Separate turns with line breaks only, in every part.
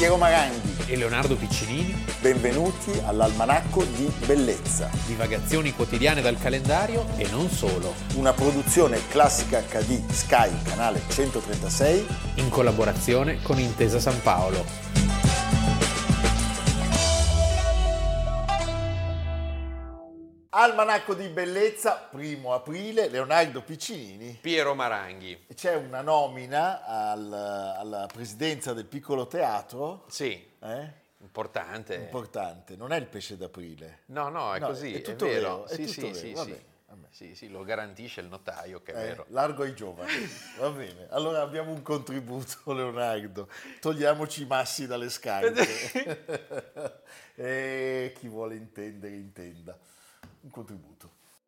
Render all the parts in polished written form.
Piero Maranghi
e Leonardo Piccinini.
Benvenuti all'Almanacco di Bellezza.
Divagazioni quotidiane dal calendario e non solo.
Una produzione Classica HD Sky, canale 136,
in collaborazione con Intesa San Paolo.
Almanacco di Bellezza, 1 aprile, Leonardo Piccinini.
Piero Maranghi.
C'è una nomina alla presidenza del Piccolo Teatro.
Sì, importante.
Non è il pesce d'aprile.
No, è così,
è
è
tutto
vero.
vero. È tutto vero.
Sì.
Va bene.
Sì, lo garantisce il notaio, che è vero.
Largo ai giovani. Va bene. Allora abbiamo un contributo, Leonardo. Togliamoci i massi dalle scarpe. E chi vuole intendere, intenda. Un contributo.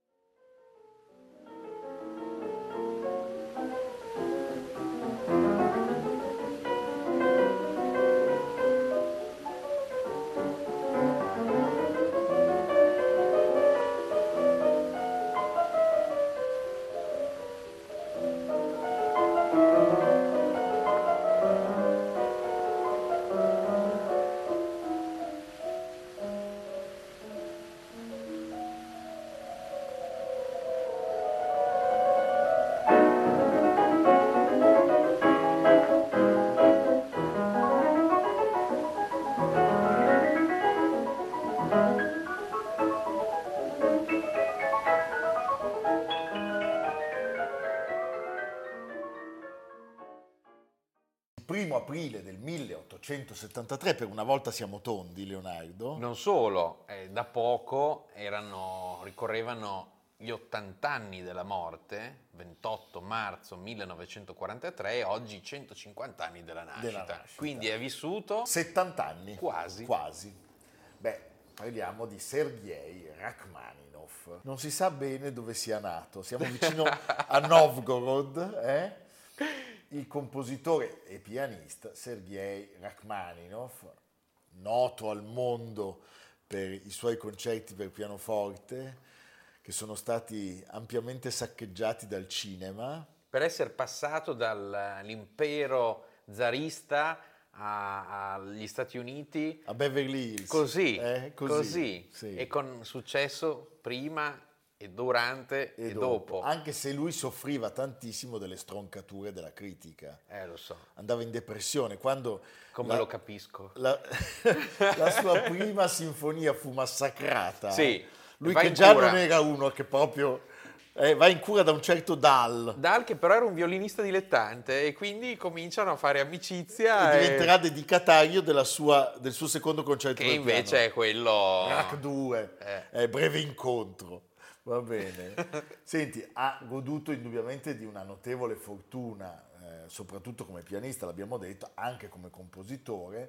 Primo aprile del 1873, per una volta siamo tondi, Leonardo.
Non solo, da poco ricorrevano gli 80 anni della morte, 28 marzo 1943, e oggi 150 anni della nascita. Quindi è vissuto
70 anni.
Quasi.
Beh, parliamo di Sergej Rachmaninov. Non si sa bene dove sia nato, siamo vicino a Novgorod, Il compositore e pianista Sergej Rachmaninov, noto al mondo per i suoi concerti per pianoforte, che sono stati ampiamente saccheggiati dal cinema.
Per essere passato dall'impero zarista agli Stati Uniti.
A Beverly Hills.
Così.
Sì.
E con successo prima e durante e dopo.
Anche se lui soffriva tantissimo delle stroncature della critica.
Lo so.
Andava in depressione quando...
Lo capisco.
La sua prima sinfonia fu massacrata.
Sì.
Lui che già non era uno che proprio... va in cura da un certo Dahl.
Dahl, che però era un violinista dilettante, e quindi cominciano a fare amicizia.
E diventerà dedicatario del suo secondo concerto
che
per
invece
piano.
È quello...
Rach 2, breve incontro. Va bene. Senti, ha goduto indubbiamente di una notevole fortuna, soprattutto come pianista, l'abbiamo detto, anche come compositore,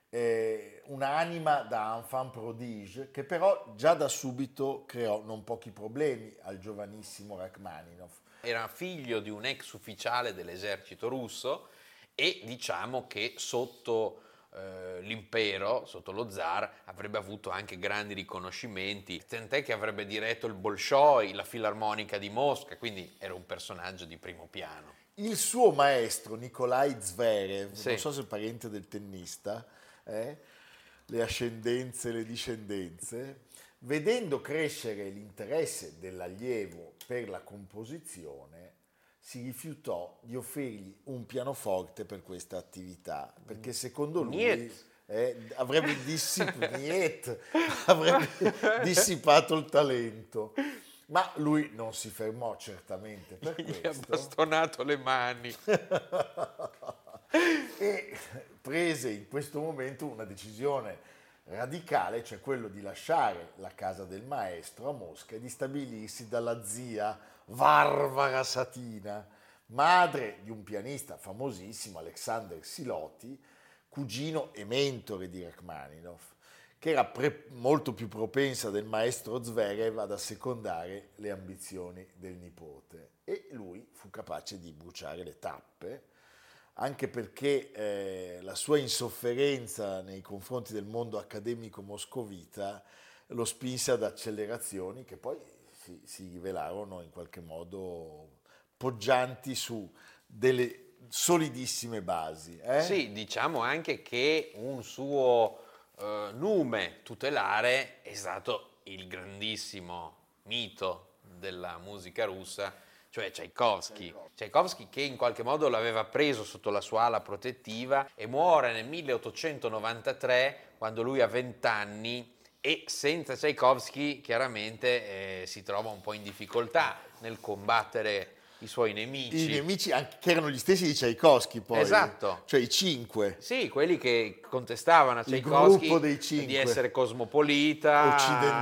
un'anima da enfant prodige che però già da subito creò non pochi problemi al giovanissimo Rachmaninov.
Era figlio di un ex ufficiale dell'esercito russo e diciamo che sotto l'impero, sotto lo zar, avrebbe avuto anche grandi riconoscimenti, tant'è che avrebbe diretto il Bolshoi, la Filarmonica di Mosca, quindi era un personaggio di primo piano.
Il suo maestro Nikolai Zverev,
sì.
Non so se è parente del tennista, le ascendenze e le discendenze, vedendo crescere l'interesse dell'allievo per la composizione, si rifiutò di offrirgli un pianoforte per questa attività, perché secondo lui avrebbe dissipato il talento. Ma lui non si fermò certamente per questo.
Gli ha bastonato le mani.
E prese in questo momento una decisione radicale, cioè quello di lasciare la casa del maestro a Mosca e di stabilirsi dalla zia Varvara Satina, madre di un pianista famosissimo, Alexander Siloti, cugino e mentore di Rachmaninov, che era molto più propensa del maestro Zverev ad assecondare le ambizioni del nipote. E lui fu capace di bruciare le tappe, anche perché la sua insofferenza nei confronti del mondo accademico moscovita lo spinse ad accelerazioni che poi si rivelarono in qualche modo poggianti su delle solidissime basi.
Sì, diciamo anche che un suo nume tutelare è stato il grandissimo mito della musica russa, cioè Tchaikovsky. Tchaikovsky che in qualche modo l'aveva preso sotto la sua ala protettiva e muore nel 1893 quando lui ha 20 anni e senza Tchaikovsky chiaramente si trova un po' in difficoltà nel combattere i suoi nemici.
I nemici che erano gli stessi di Tchaikovsky poi.
Esatto.
Cioè i 5.
Sì, quelli che contestavano a
Il gruppo dei
Tchaikovsky
cinque.
di essere cosmopolita,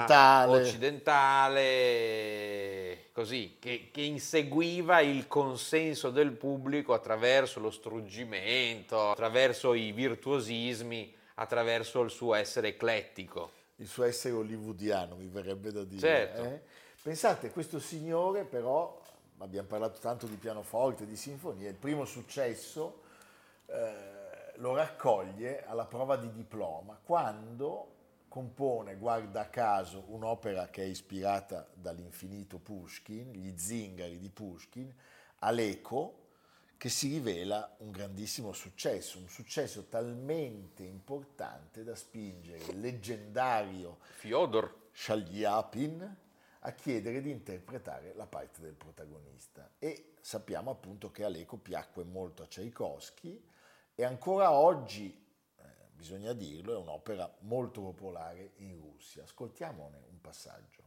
occidentale, così, che inseguiva il consenso del pubblico attraverso lo struggimento, attraverso i virtuosismi, attraverso il suo essere eclettico.
Il suo essere hollywoodiano, mi verrebbe da dire.
Certo.
Pensate, questo signore però, abbiamo parlato tanto di pianoforte, di sinfonia, il primo successo lo raccoglie alla prova di diploma, quando compone, guarda caso, un'opera che è ispirata dall'infinito Pushkin, gli zingari di Pushkin, Aleko, che si rivela un grandissimo successo, un successo talmente importante da spingere il leggendario
Fyodor
Shaliapin a chiedere di interpretare la parte del protagonista. E sappiamo appunto che Aleko piacque molto a Tchaikovsky e ancora oggi, bisogna dirlo, è un'opera molto popolare in Russia. Ascoltiamone un passaggio.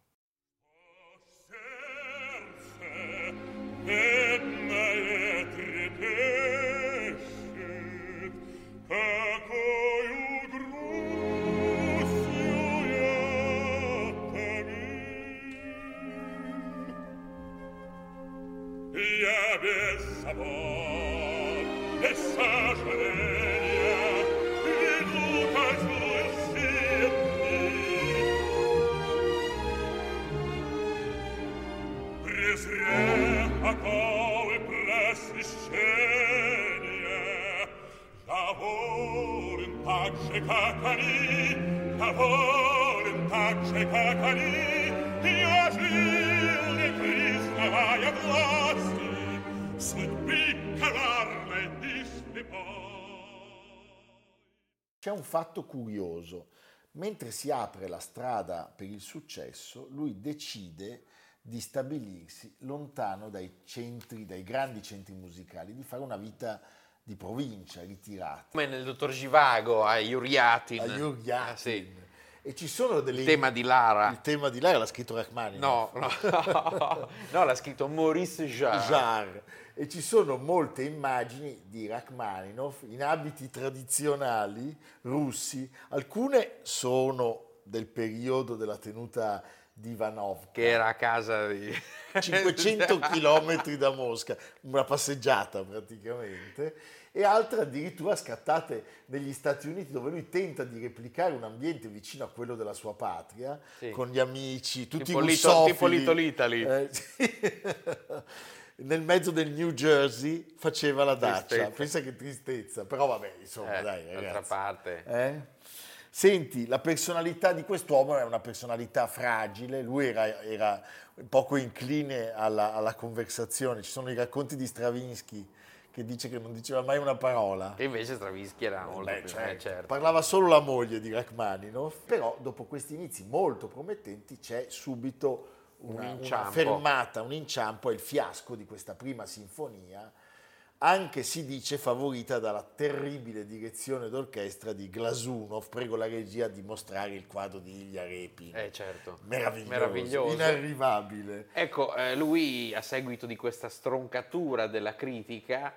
Я без забот, без сожаления иду каждый дни. Презрев оковы просвещения, доволен так же, как они, доволен так же, как они. Я жил, не признавая власти судьбы коварной и слепой.
C'è un fatto curioso. Mentre si apre la strada per il successo, lui decide di stabilirsi lontano dai grandi centri musicali, di fare una vita di provincia, ritirata.
come nel dottor Givago a Yuriatin.
A Yuriatin.
Sì.
E ci sono delle...
Il tema di Lara.
Il tema di Lara l'ha scritto Rachmaninoff.
No, l'ha scritto Maurice Jarre.
Jarre. E ci sono molte immagini di Rachmaninoff in abiti tradizionali russi. Alcune sono del periodo della tenuta di Ivanovka,
Che era a casa di...
500 chilometri da Mosca, una passeggiata praticamente, e altre addirittura scattate negli Stati Uniti, dove lui tenta di replicare un ambiente vicino a quello della sua patria,
Sì.
con gli amici, tutti
Tipo
russofili.
tipo Little Italy.
Sì. Nel mezzo del New Jersey faceva la dacia.
Tristezza.
Pensa che tristezza, però vabbè, insomma, dai,
d'altra
ragazzi.
parte.
Senti, la personalità di quest'uomo è una personalità fragile, lui era poco incline alla conversazione. Ci sono i racconti di Stravinsky che dice che non diceva mai una parola.
Che invece Stravinsky era molto più... certo.
Parlava solo la moglie di Rachmaninoff, però dopo questi inizi molto promettenti c'è subito una fermata, un inciampo, è il fiasco di questa prima sinfonia, anche si dice favorita dalla terribile direzione d'orchestra di Glazunov. Prego la regia di mostrare il quadro di Ilya Repin.
Certo.
Meraviglioso, inarrivabile.
Ecco, lui a seguito di questa stroncatura della critica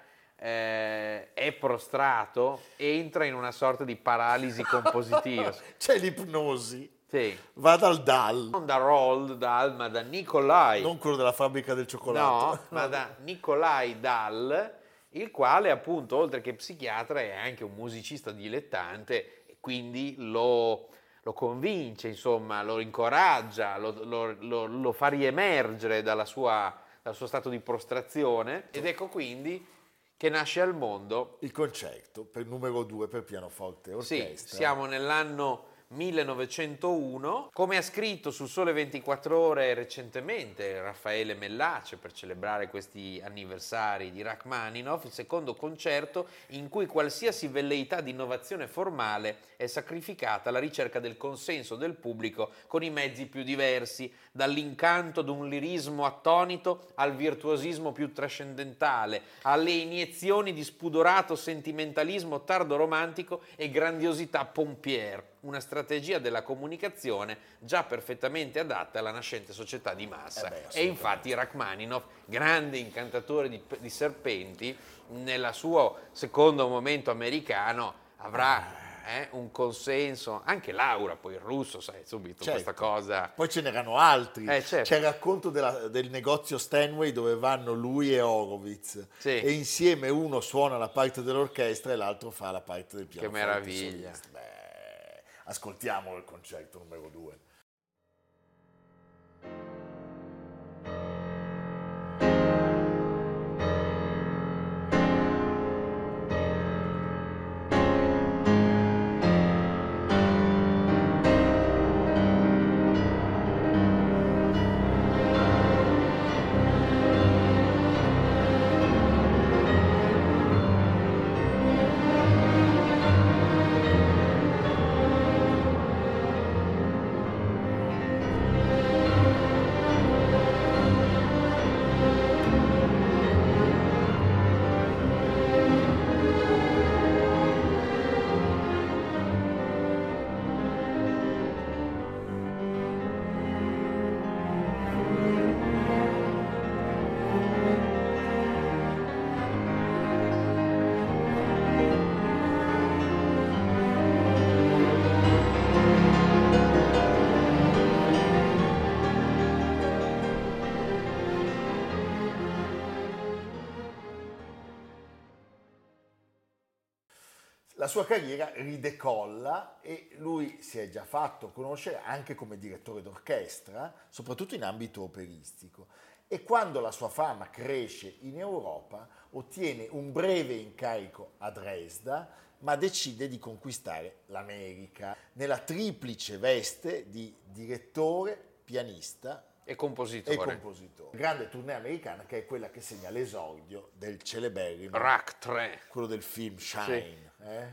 è prostrato, entra in una sorta di paralisi compositiva.
C'è l'ipnosi.
Sì.
Va dal Dahl.
Non da Roald Dahl, ma da Nikolai.
Non quello della fabbrica del cioccolato.
No, ma da Nikolai Dahl, il quale appunto oltre che psichiatra è anche un musicista dilettante e quindi lo convince, insomma, lo incoraggia, lo fa riemergere dal suo stato di prostrazione, ed ecco quindi che nasce al mondo
il concerto per numero 2 per pianoforte e orchestra.
Sì, siamo nell'anno 1901. Come ha scritto sul Sole 24 Ore recentemente Raffaele Mellace per celebrare questi anniversari di Rachmaninoff, il secondo concerto in cui qualsiasi velleità di innovazione formale è sacrificata alla ricerca del consenso del pubblico con i mezzi più diversi, dall'incanto ad un lirismo attonito al virtuosismo più trascendentale, alle iniezioni di spudorato sentimentalismo tardo-romantico e grandiosità pompière, una strategia della comunicazione già perfettamente adatta alla nascente società di massa. E infatti Rachmaninoff, grande incantatore di serpenti, nel suo secondo momento americano avrà un consenso, anche Laura, poi il russo, sai subito questa cosa.
Poi ce n'erano altri,
certo.
C'è il racconto del negozio Steinway dove vanno lui e Horowitz, e insieme uno suona la parte dell'orchestra e l'altro fa la parte del pianoforte.
Che meraviglia.
Ascoltiamo il concerto numero 2. La sua carriera ridecolla e lui si è già fatto conoscere anche come direttore d'orchestra, soprattutto in ambito operistico. E quando la sua fama cresce in Europa, ottiene un breve incarico a Dresda, ma decide di conquistare l'America nella triplice veste di direttore, pianista
e compositore.
Grande tournée americana che è quella che segna l'esordio del celeberrimo
Rach 3,
quello del film Shine.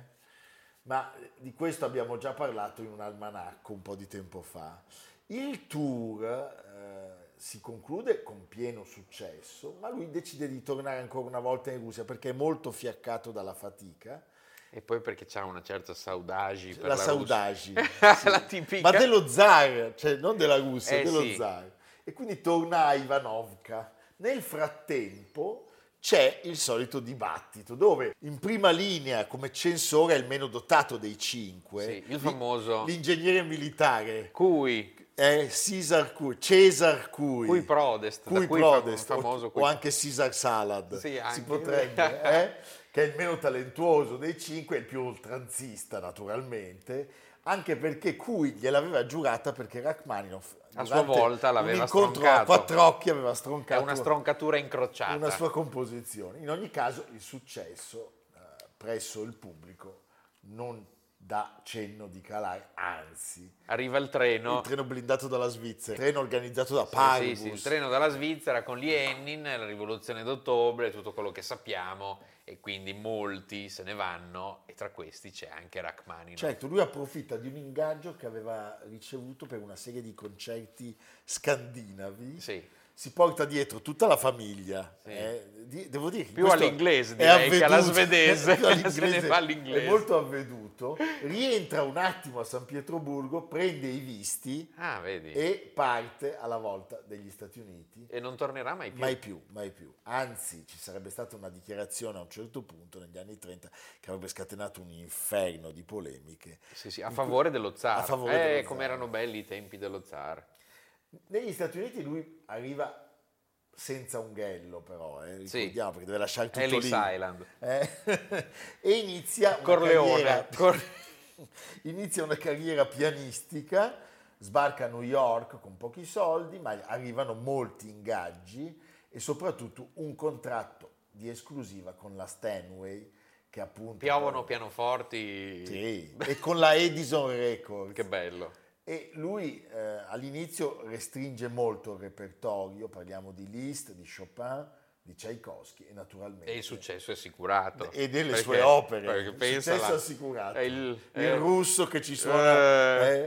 Ma di questo abbiamo già parlato in un almanacco un po' di tempo fa. Il tour si conclude con pieno successo, ma lui decide di tornare ancora una volta in Russia perché è molto fiaccato dalla fatica.
E poi perché c'ha una certa saudagi per
la
saudagi,
sì.
La tipica.
Ma dello zar, cioè non della Russia, dello
sì.
zar. E quindi torna a Ivanovka. Nel frattempo c'è il solito dibattito dove in prima linea come censore è il meno dotato dei cinque,
sì, il famoso
l'ingegnere militare
Cui
è Cesar Cui
Prodest, famoso
o anche Cesar Salad,
sì, anche.
Si potrebbe, che è il meno talentuoso dei cinque, il più oltranzista naturalmente, anche perché Cui gliel'aveva giurata perché Rachmaninoff
a sua volta l'aveva
un incontro
stroncato.
a quattro occhi aveva stroncato
è una stroncatura incrociata
una sua composizione. In ogni caso il successo presso il pubblico non dà cenno di calare, anzi
arriva il treno
blindato dalla Svizzera, il treno organizzato da Parvus.
Sì, il treno dalla Svizzera con Lenin, la rivoluzione d'ottobre, tutto quello che sappiamo, e quindi molti se ne vanno e tra questi c'è anche Rachmaninoff.
Certo, lui approfitta di un ingaggio che aveva ricevuto per una serie di concerti scandinavi.
Sì.
Si porta dietro tutta la famiglia,
sì.
Devo dire
più all'inglese direi che alla svedese, se ne fa all'inglese.
È molto avveduto, rientra un attimo a San Pietroburgo, prende i visti
vedi.
E parte alla volta degli Stati Uniti.
E non tornerà mai più.
Mai più. Anzi, ci sarebbe stata una dichiarazione a un certo punto, negli anni 30, che avrebbe scatenato un inferno di polemiche.
Sì, a favore dello zar.
Dello
come erano belli i tempi dello zar.
Negli Stati Uniti lui arriva senza unghello però, ricordiamo, perché deve lasciare tutto
Ellis
lì.
Island.
E inizia una carriera pianistica, sbarca a New York con pochi soldi, ma arrivano molti ingaggi e soprattutto un contratto di esclusiva con la Steinway che appunto...
Piovono pianoforti.
Sì, e con la Edison Records.
Che bello.
E lui all'inizio restringe molto il repertorio, parliamo di Liszt, di Chopin, di Tchaikovsky e naturalmente...
E il successo è assicurato.
E delle sue opere,
perché
il
pensa
successo assicurato.
è
il russo che ci suona...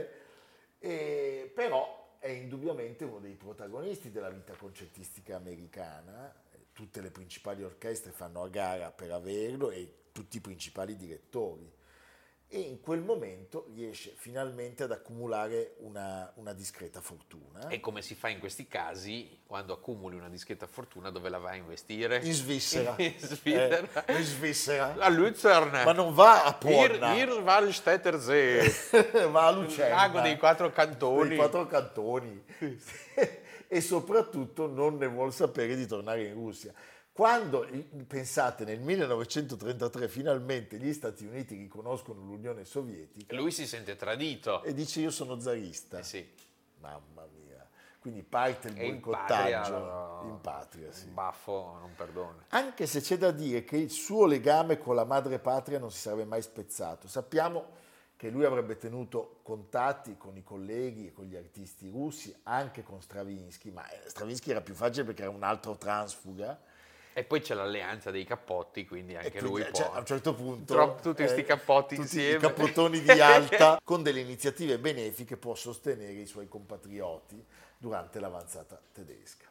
però è indubbiamente uno dei protagonisti della vita concertistica americana, tutte le principali orchestre fanno a gara per averlo e tutti i principali direttori. E in quel momento riesce finalmente ad accumulare una discreta fortuna.
E come si fa in questi casi, quando accumuli una discreta fortuna, dove la vai a investire?
In Svizzera.
In Svizzera.
In Svizzera.
A Luzern.
Ma non va a Ponna.
Ir Wallstätter See.
Va a Lucerna.
Il lago dei quattro cantoni.
Dei quattro cantoni. E soprattutto non ne vuol sapere di tornare in Russia. Quando, pensate, nel 1933 finalmente gli Stati Uniti riconoscono l'Unione Sovietica...
Lui si sente tradito.
E dice io sono zarista.
Sì.
Mamma mia. Quindi parte il
E
boicottaggio in patria. Sì.
Un baffo non perdona.
Anche se c'è da dire che il suo legame con la madre patria non si sarebbe mai spezzato. Sappiamo che lui avrebbe tenuto contatti con i colleghi e con gli artisti russi, anche con Stravinsky, ma Stravinsky era più facile perché era un altro transfuga.
E poi c'è l'alleanza dei cappotti, quindi anche
quindi,
lui può...
cioè, a un certo punto...
tutti questi cappotti
tutti
insieme.
i cappottoni di Alta, con delle iniziative benefiche, può sostenere i suoi compatrioti durante l'avanzata tedesca.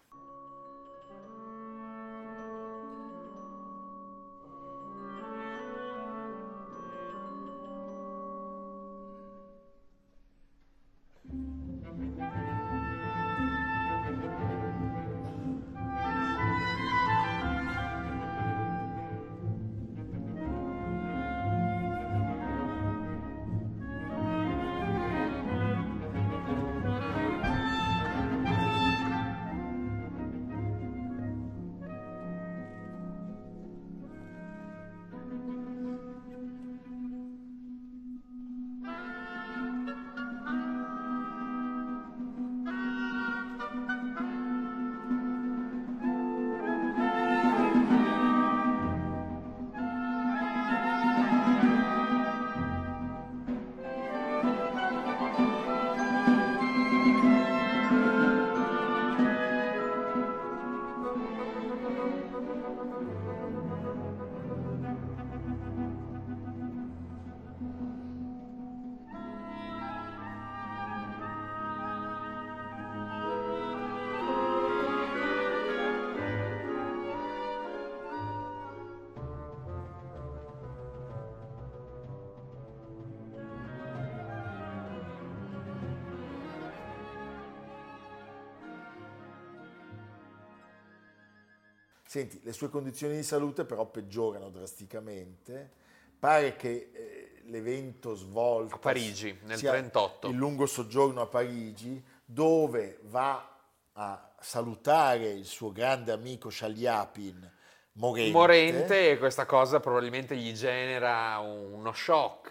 Senti, le sue condizioni di salute però peggiorano drasticamente. Pare che l'evento svolto
A Parigi, nel 1938.
Il lungo soggiorno a Parigi, dove va a salutare il suo grande amico Sciagliapin morente,
e questa cosa probabilmente gli genera uno shock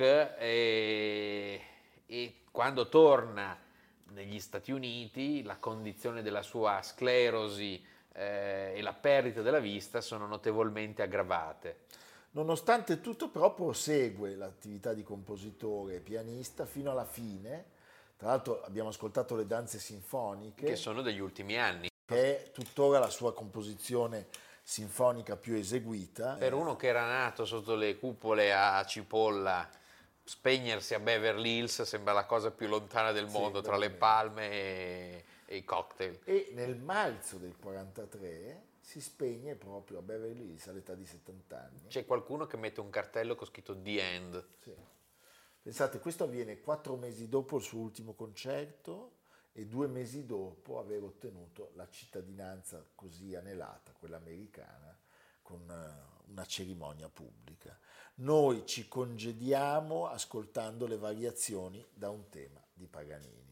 e quando torna negli Stati Uniti la condizione della sua sclerosi e la perdita della vista sono notevolmente aggravate.
Nonostante tutto però prosegue l'attività di compositore e pianista fino alla fine. Tra l'altro abbiamo ascoltato le danze sinfoniche,
Che sono degli ultimi anni.
che è tuttora la sua composizione sinfonica più eseguita.
Per uno che era nato sotto le cupole a Cipolla, spegnersi a Beverly Hills sembra la cosa più lontana del mondo, tra le palme e i cocktail.
E nel marzo del 1943 si spegne proprio a Beverly Hills all'età di 70 anni.
C'è qualcuno che mette un cartello con scritto The End.
Sì. Pensate, questo avviene 4 mesi dopo il suo ultimo concerto e 2 mesi dopo aver ottenuto la cittadinanza così anelata, quella americana, con una cerimonia pubblica. Noi ci congediamo ascoltando le variazioni da un tema di Paganini.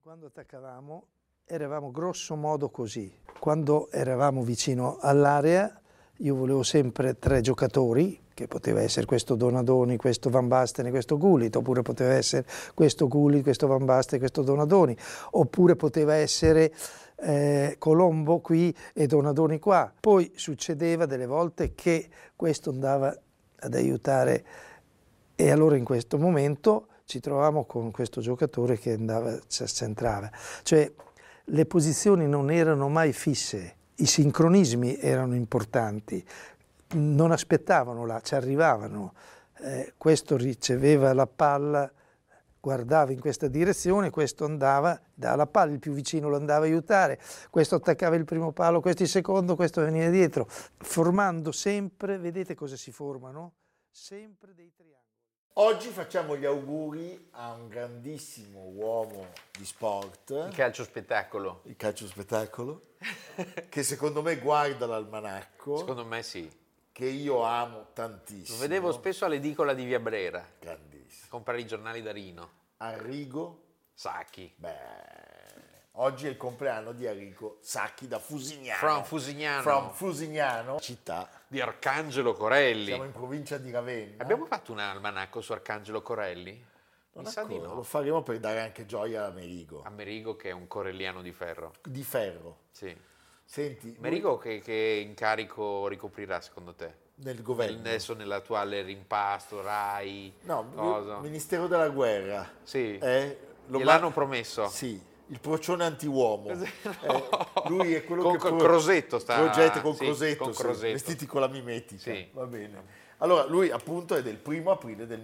quando attaccavamo eravamo grosso modo così. Quando eravamo vicino all'area io volevo sempre 3 giocatori, che poteva essere questo Donadoni, questo Van Basten e questo Gullit, oppure poteva essere questo Gullit, questo Van Basten e questo Donadoni, oppure poteva essere Colombo qui e Donadoni qua. Poi succedeva delle volte che questo andava ad aiutare e allora in questo momento ci trovavamo con questo giocatore che andava, ci accentrava. Cioè le posizioni non erano mai fisse, i sincronismi erano importanti, non aspettavano là, ci arrivavano. Questo riceveva la palla, guardava in questa direzione, questo andava dalla palla, il più vicino lo andava a aiutare, questo attaccava il primo palo, questo il secondo, questo veniva dietro, formando sempre, vedete cosa si formano? Sempre dei triangoli.
Oggi facciamo gli auguri a un grandissimo uomo di sport,
Il calcio spettacolo.
il calcio spettacolo, che secondo me guarda l'almanacco,
Secondo me sì.
che io amo tantissimo.
Lo vedevo spesso all'edicola di Via Brera,
Grandissimo.
comprare i giornali da Rino.
Arrigo,
Sacchi.
oggi è il compleanno di Arrigo Sacchi da Fusignano.
From
Fusignano, città.
Di Arcangelo Corelli.
Siamo in provincia di Ravenna.
Abbiamo fatto un almanacco su Arcangelo Corelli?
Non
Mi sa di
ancora,
no.
lo faremo per dare anche gioia a Merigo.
Amerigo che è un corelliano di ferro.
Di ferro.
Sì.
Senti, lui
Amerigo che incarico ricoprirà secondo te?
nel governo.
Adesso nell'attuale rimpasto, Rai,
No,
cosa?
Ministero della Guerra.
Sì.
Lo
Gliel'hanno promesso?
Sì, il procione antiuomo. Lui è quello
Con
che
Crosetto sta...
progetta con
sì,
Crosetto,
con
sì,
Crosetto.
vestiti con la mimetica.
Sì.
Va bene. Allora, lui appunto è del 1 aprile del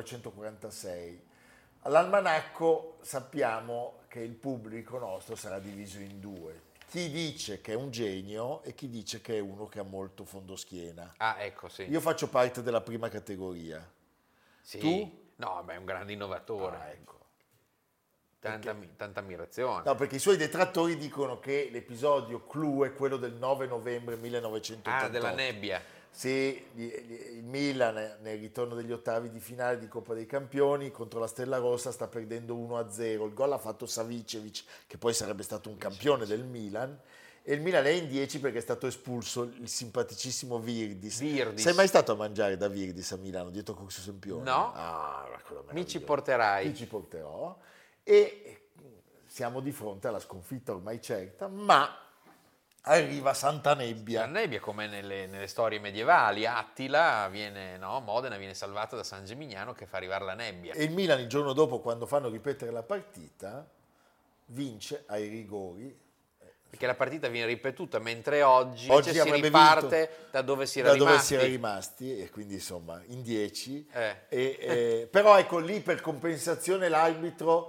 1946. All'almanacco sappiamo che il pubblico nostro sarà diviso in 2. Chi dice che è un genio e chi dice che è uno che ha molto fondoschiena.
Ah, ecco, sì.
Io faccio parte della prima categoria.
Sì.
Tu?
No, beh, è un grande innovatore.
Ecco.
Tanta ammirazione.
No, perché i suoi detrattori dicono che l'episodio clou è quello del 9 novembre 1988.
Ah, della nebbia.
Se il Milan nel ritorno degli ottavi di finale di Coppa dei Campioni contro la Stella Rossa sta perdendo 1-0, il gol ha fatto Savicevic che poi sarebbe stato un campione del Milan e il Milan è in 10 perché è stato espulso il simpaticissimo Virdis. Sei mai stato a mangiare da Virdis a Milano dietro Corso Sempione?
No. Mi ci porterai.
Ti ci porterò e siamo di fronte alla sconfitta ormai certa, ma arriva Santa Nebbia.
La nebbia, come nelle storie medievali, Attila Modena viene salvata da San Gimignano che fa arrivare la nebbia.
E il Milan il giorno dopo, quando fanno ripetere la partita, vince ai rigori.
Perché la partita viene ripetuta, mentre oggi si
avrebbe
riparte
vinto
da dove si
da
era
dove
rimasti.
si era rimasti, e quindi insomma in 10.
Eh.
Però ecco lì per compensazione l'arbitro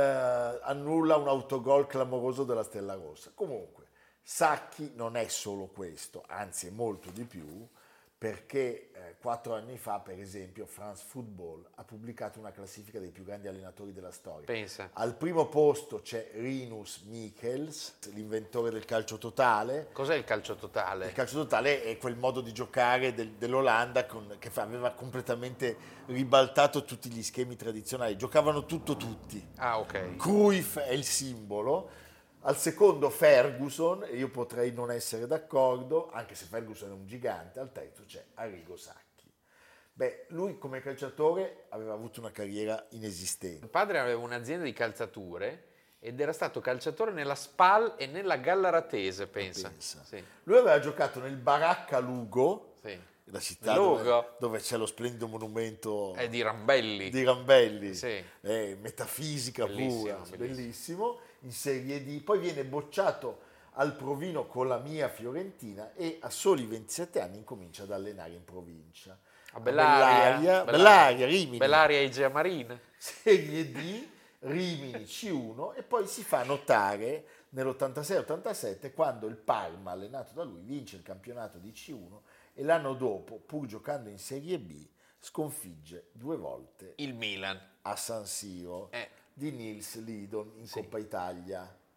annulla un autogol clamoroso della Stella Rossa. Comunque Sacchi non è solo questo, anzi è molto di più, perché 4 anni fa, per esempio, France Football ha pubblicato una classifica dei più grandi allenatori della storia.
Pensa.
Al primo posto c'è Rinus Michels, l'inventore del calcio totale.
Cos'è il calcio totale?
Il calcio totale è quel modo di giocare dell'Olanda che aveva completamente ribaltato tutti gli schemi tradizionali. Giocavano tutto tutti.
Ah, ok.
Cruyff è il simbolo. Al secondo Ferguson, e io potrei non essere d'accordo, anche se Ferguson è un gigante. Al terzo c'è Arrigo Sacchi. Beh, lui come calciatore aveva avuto una carriera inesistente.
Il padre aveva un'azienda di calzature ed era stato calciatore nella Spal e nella Gallaratese, pensa. Sì.
Lui aveva giocato nel Baracca Lugo,
Sì.
la città
Lugo.
dove c'è lo splendido monumento
È di Rambelli.
di Rambelli,
Sì.
metafisica
Bellissimo,
pura, bellissimo, in Serie D, poi viene bocciato al Provino con la mia Fiorentina e a soli 27 anni incomincia ad allenare in provincia.
A Bellaria,
Rimini.
Bellaria Igea Marina.
Serie D, Rimini C1 e poi si fa notare nell'86-87 quando il Parma, allenato da lui, vince il campionato di C1 e l'anno dopo, pur giocando in Serie B, sconfigge 2 volte
Il Milan.
a San Siro di Nils Lidon in Coppa Italia.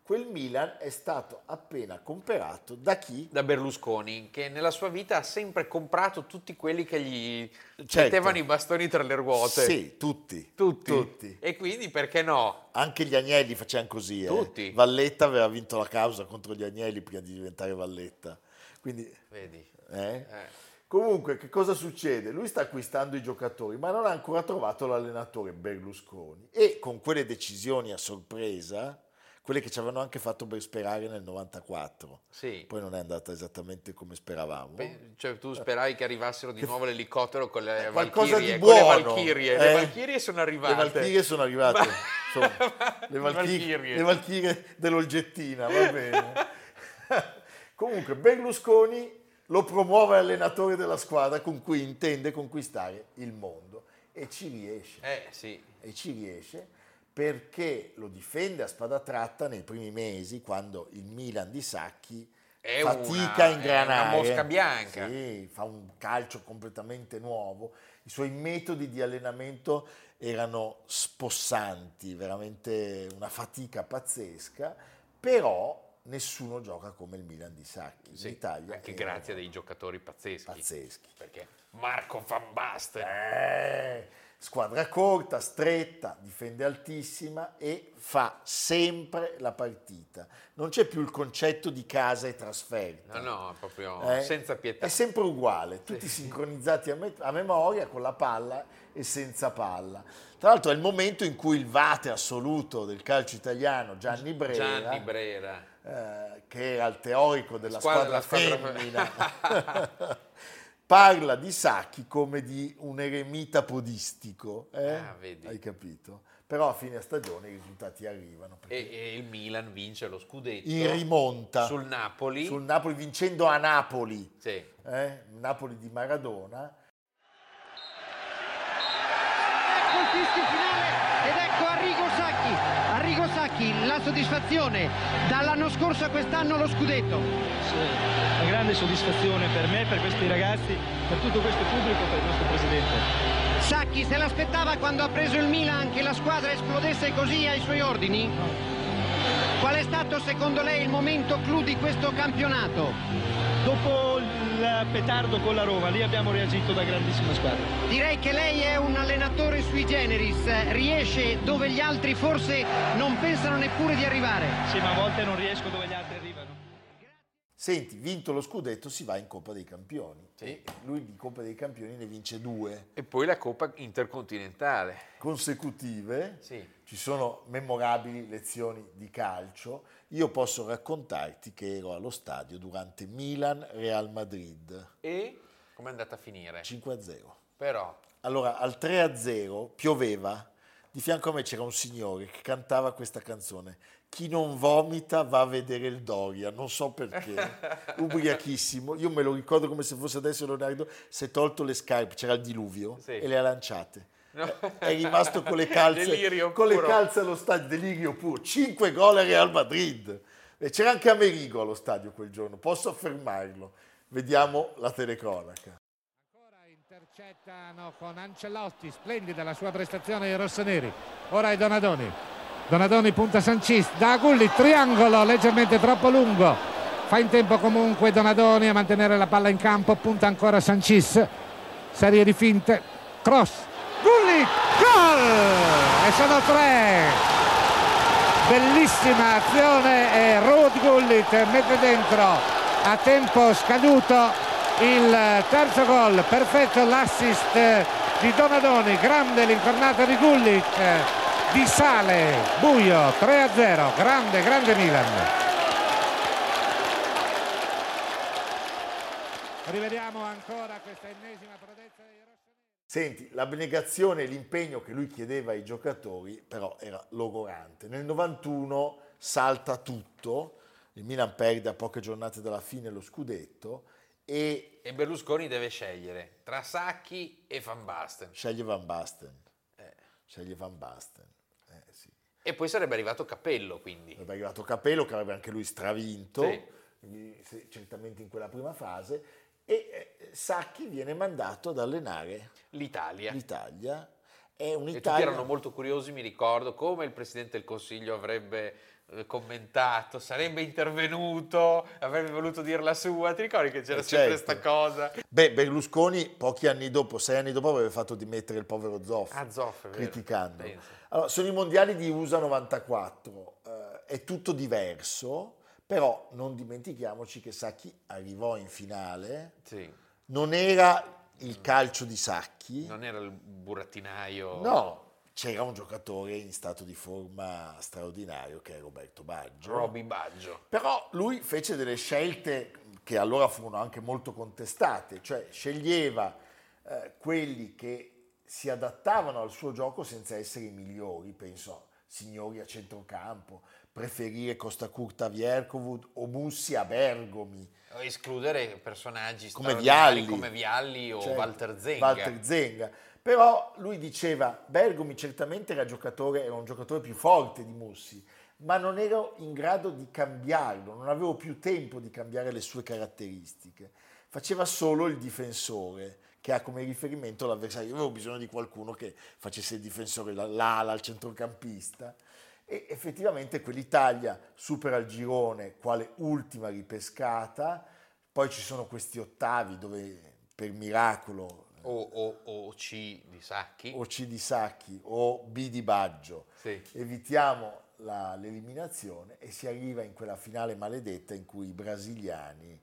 quel Milan è stato appena comprato da chi?
Da Berlusconi, che nella sua vita ha sempre comprato tutti quelli che gli
Certo.
mettevano i bastoni tra le ruote.
Sì, tutti.
Tutti. E quindi perché no?
Anche gli Agnelli facevano così.
Tutti.
Valletta aveva vinto la causa contro gli Agnelli prima di diventare Valletta. Quindi,
Vedi?
Comunque, che cosa succede? Lui sta acquistando i giocatori, ma non ha ancora trovato l'allenatore Berlusconi. E con quelle decisioni a sorpresa, quelle che ci avevano anche fatto ben sperare nel 94,
Sì.
poi non è andata esattamente come speravamo.
Cioè, tu speravi che arrivassero di nuovo l'elicottero con le
Qualcosa
Valchirie,
di
con le
buono,
Valchirie.
eh?
Le Valchirie sono arrivate.
Le Valchirie sono arrivate, insomma,
Valchirie.
le Valchirie dell'Olgettina, va bene. Comunque Berlusconi lo promuove allenatore della squadra con cui intende conquistare il mondo e ci riesce.
Sì.
E ci riesce perché lo difende a spada tratta nei primi mesi, quando il Milan di Sacchi
È
fatica a ingranare.
È una mosca bianca.
Sì, fa un calcio completamente nuovo. I suoi metodi di allenamento erano spossanti, veramente una fatica pazzesca, però nessuno gioca come il Milan di Sacchi.
Sì,
in Italia
anche
erano
grazie a dei giocatori pazzeschi. Perché Marco Van Basten.
Squadra corta, stretta, difende altissima e fa sempre la partita. Non c'è più il concetto di casa e trasferta.
No, proprio senza pietà.
È sempre uguale, tutti sincronizzati a memoria, con la palla e senza palla. Tra l'altro è il momento in cui il vate assoluto del calcio italiano, Gianni Brera, che era il teorico della squadra femmina, parla di Sacchi come di un eremita podistico.
Vedi.
Hai capito? Però a fine stagione i risultati arrivano.
E il Milan vince lo scudetto.
In rimonta.
Sul Napoli.
Sul Napoli, vincendo a Napoli.
Sì.
Napoli di Maradona.
Ecco il fischio finale ed ecco Arrigo Sacchi, la soddisfazione dall'anno scorso a quest'anno lo scudetto.
Sì, una grande soddisfazione per me, per questi ragazzi, per tutto questo pubblico, per il nostro presidente.
Sacchi se l'aspettava quando ha preso il Milan che la squadra esplodesse così ai suoi ordini? Qual è stato secondo lei il momento clou di questo campionato?
Dopo il petardo con la Roma, lì abbiamo reagito da grandissima squadra.
Direi che lei è un allenatore sui generis, riesce dove gli altri forse non pensano neppure di arrivare.
Sì, ma a volte non riesco dove gli altri arrivano.
Senti, vinto lo scudetto si va in Coppa dei Campioni.
Sì.
E lui di Coppa dei Campioni ne vince 2
E poi la Coppa Intercontinentale.
consecutive.
Sì.
Ci sono memorabili lezioni di calcio. Io posso raccontarti che ero allo stadio durante Milan-Real Madrid.
E com'è andata a finire?
5-0.
Però,
Allora, al 3-0 pioveva. Di fianco a me c'era un signore che cantava questa canzone. Chi non vomita va a vedere il Doria, non so perché, ubriachissimo. Io me lo ricordo come se fosse adesso Leonardo, si è tolto le scarpe, c'era il diluvio,
Sì.
e le ha lanciate. È rimasto con le calze,
Delirio
con le
puro.
calze allo stadio, delirio puro. 5 gol a Real Madrid. E c'era anche Amerigo allo stadio quel giorno, posso affermarlo. Vediamo la telecronaca.
Intercettano con Ancelotti, splendida la sua prestazione ai rossoneri. Ora è Donadoni punta Sancis, da Gullit, triangolo leggermente troppo lungo. Fa in tempo comunque Donadoni a mantenere la palla in campo, punta ancora Sancis. Serie di finte, cross, Gullit, gol! E sono 3. Bellissima azione e Ruud Gullit mette dentro a tempo scaduto il terzo gol. Perfetto l'assist di Donadoni, grande l'incornata di Gullit, di Sale, buio, 3-0, grande Milan. Rivediamo ancora questa ennesima prodezza dei rossoneri.
Senti, l'abnegazione e l'impegno che lui chiedeva ai giocatori però era logorante. Nel 91 salta tutto, il Milan perde a poche giornate dalla fine lo scudetto e
Berlusconi deve scegliere tra Sacchi e Van Basten.
sceglie Van Basten. Sì.
E poi sarebbe arrivato Capello, quindi.
Sarebbe arrivato Capello, che avrebbe anche lui stravinto,
Sì.
certamente in quella prima fase, e Sacchi viene mandato ad allenare
L'Italia.
l'Italia. È
E tutti
un'Italia...
erano molto curiosi, mi ricordo, come il Presidente del Consiglio avrebbe commentato, sarebbe intervenuto, avrebbe voluto dire la sua, ti ricordi che c'era sempre questa cosa?
Berlusconi pochi anni dopo, 6 anni dopo, aveva fatto dimettere il povero Zoff, criticando. Allora, sono i mondiali di USA 94, è tutto diverso, però non dimentichiamoci che Sacchi arrivò in finale, non era il calcio di Sacchi,
non era il burattinaio,
no, c'era un giocatore in stato di forma straordinario che è Roberto Baggio.
Roby Baggio.
Però lui fece delle scelte che allora furono anche molto contestate, cioè sceglieva quelli che si adattavano al suo gioco senza essere i migliori, penso Signori a centrocampo, preferire Costa Curta a Vierkovud o Mussi a Bergomi.
O escludere personaggi
come Vialli
o
cioè,
Walter
Zenga. Però lui diceva, Bergomi certamente era un giocatore più forte di Mussi, ma non ero in grado di cambiarlo, non avevo più tempo di cambiare le sue caratteristiche. Faceva solo il difensore, che ha come riferimento l'avversario. Io avevo bisogno di qualcuno che facesse il difensore, l'ala, il centrocampista. E effettivamente quell'Italia supera il girone quale ultima ripescata, poi ci sono questi ottavi dove per miracolo...
O C di Sacchi.
O C di Sacchi o B di Baggio. Evitiamo l'eliminazione e si arriva in quella finale maledetta in cui i brasiliani,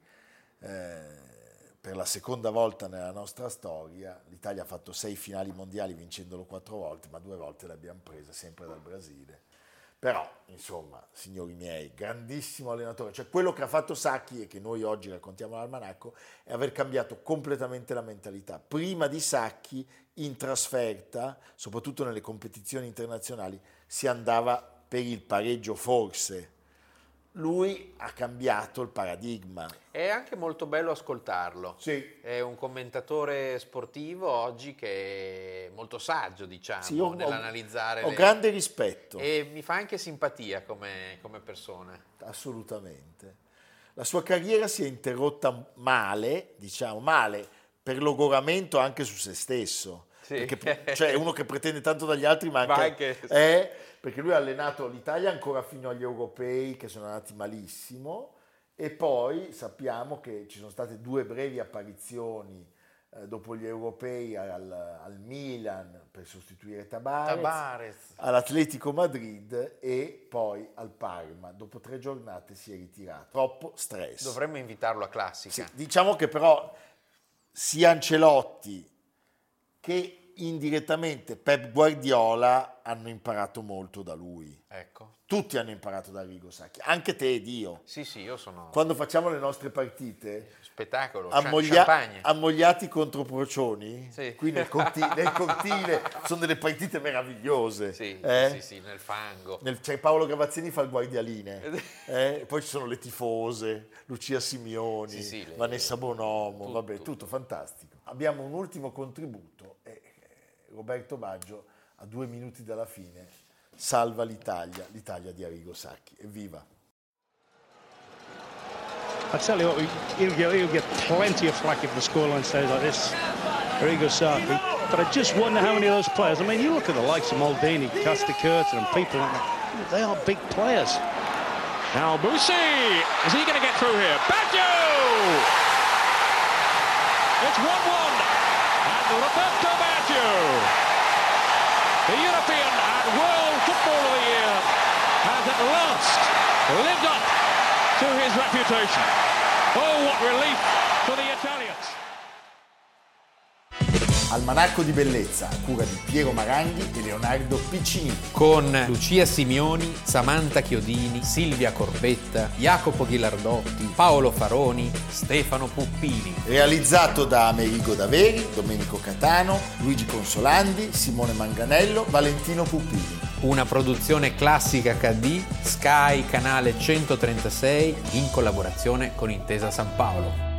per la seconda volta nella nostra storia, l'Italia ha fatto 6 finali mondiali vincendolo 4 volte, ma 2 volte le abbiamo prese sempre dal Brasile. Però, insomma, signori miei, grandissimo allenatore. Cioè, quello che ha fatto Sacchi e che noi oggi raccontiamo all'Almanacco è aver cambiato completamente la mentalità. Prima di Sacchi, in trasferta, soprattutto nelle competizioni internazionali, si andava per il pareggio forse. Lui ha cambiato il paradigma.
È anche molto bello ascoltarlo.
Sì.
È un commentatore sportivo oggi che è molto saggio, diciamo, nell'analizzare.
Ho grande rispetto.
E mi fa anche simpatia come persona.
Assolutamente. La sua carriera si è interrotta male per logoramento anche su se stesso.
Sì.
Perché, cioè, è uno che pretende tanto dagli altri, ma anche perché lui ha allenato l'Italia ancora fino agli europei che sono andati malissimo, e poi sappiamo che ci sono state 2 brevi apparizioni dopo gli europei al Milan per sostituire Tabarez, all'Atletico Madrid e poi al Parma. Dopo 3 giornate si è ritirato. Troppo stress.
Dovremmo invitarlo a Classica.
Sì, diciamo che però sia Ancelotti che indirettamente Pep Guardiola hanno imparato molto da lui.
Ecco.
Tutti hanno imparato da Arrigo Sacchi, anche te ed io.
Sì, io sono...
Quando facciamo le nostre partite...
Spettacolo,
ammogliati contro Procioni,
sì.
Qui nel cortile sono delle partite meravigliose.
Sì, nel fango.
C'è Paolo Gravazzini fa il guardialine, poi ci sono le tifose, Lucia Simioni, Vanessa Bonomo, tutto fantastico. Abbiamo un ultimo contributo e Roberto Baggio a 2 minuti dalla fine salva l'Italia di Arrigo Sacchi. Evviva!
I tell you what, he'll get plenty of flack if the scoreline stays like this. Arrigo Sacchi. But I just wonder how many of those players, I mean, you look at the likes of Maldini, Costacurta and people like that, they are big players.
Now Bussi, is he going to get through here? Baggio! It's 1-1, and Roberto Baggio, the European and World Footballer of the Year, has at last lived up to his reputation. Oh, what relief for the Italians.
Almanacco di bellezza a cura di Piero Maranghi e Leonardo Piccini.
Con Lucia Simioni, Samantha Chiodini, Silvia Corbetta, Jacopo Ghilardotti, Paolo Faroni, Stefano Puppini.
Realizzato da Amerigo Daveri, Domenico Catano, Luigi Consolandi, Simone Manganello, Valentino Puppini.
Una produzione Classica HD, Sky, canale 136, in collaborazione con Intesa San Paolo.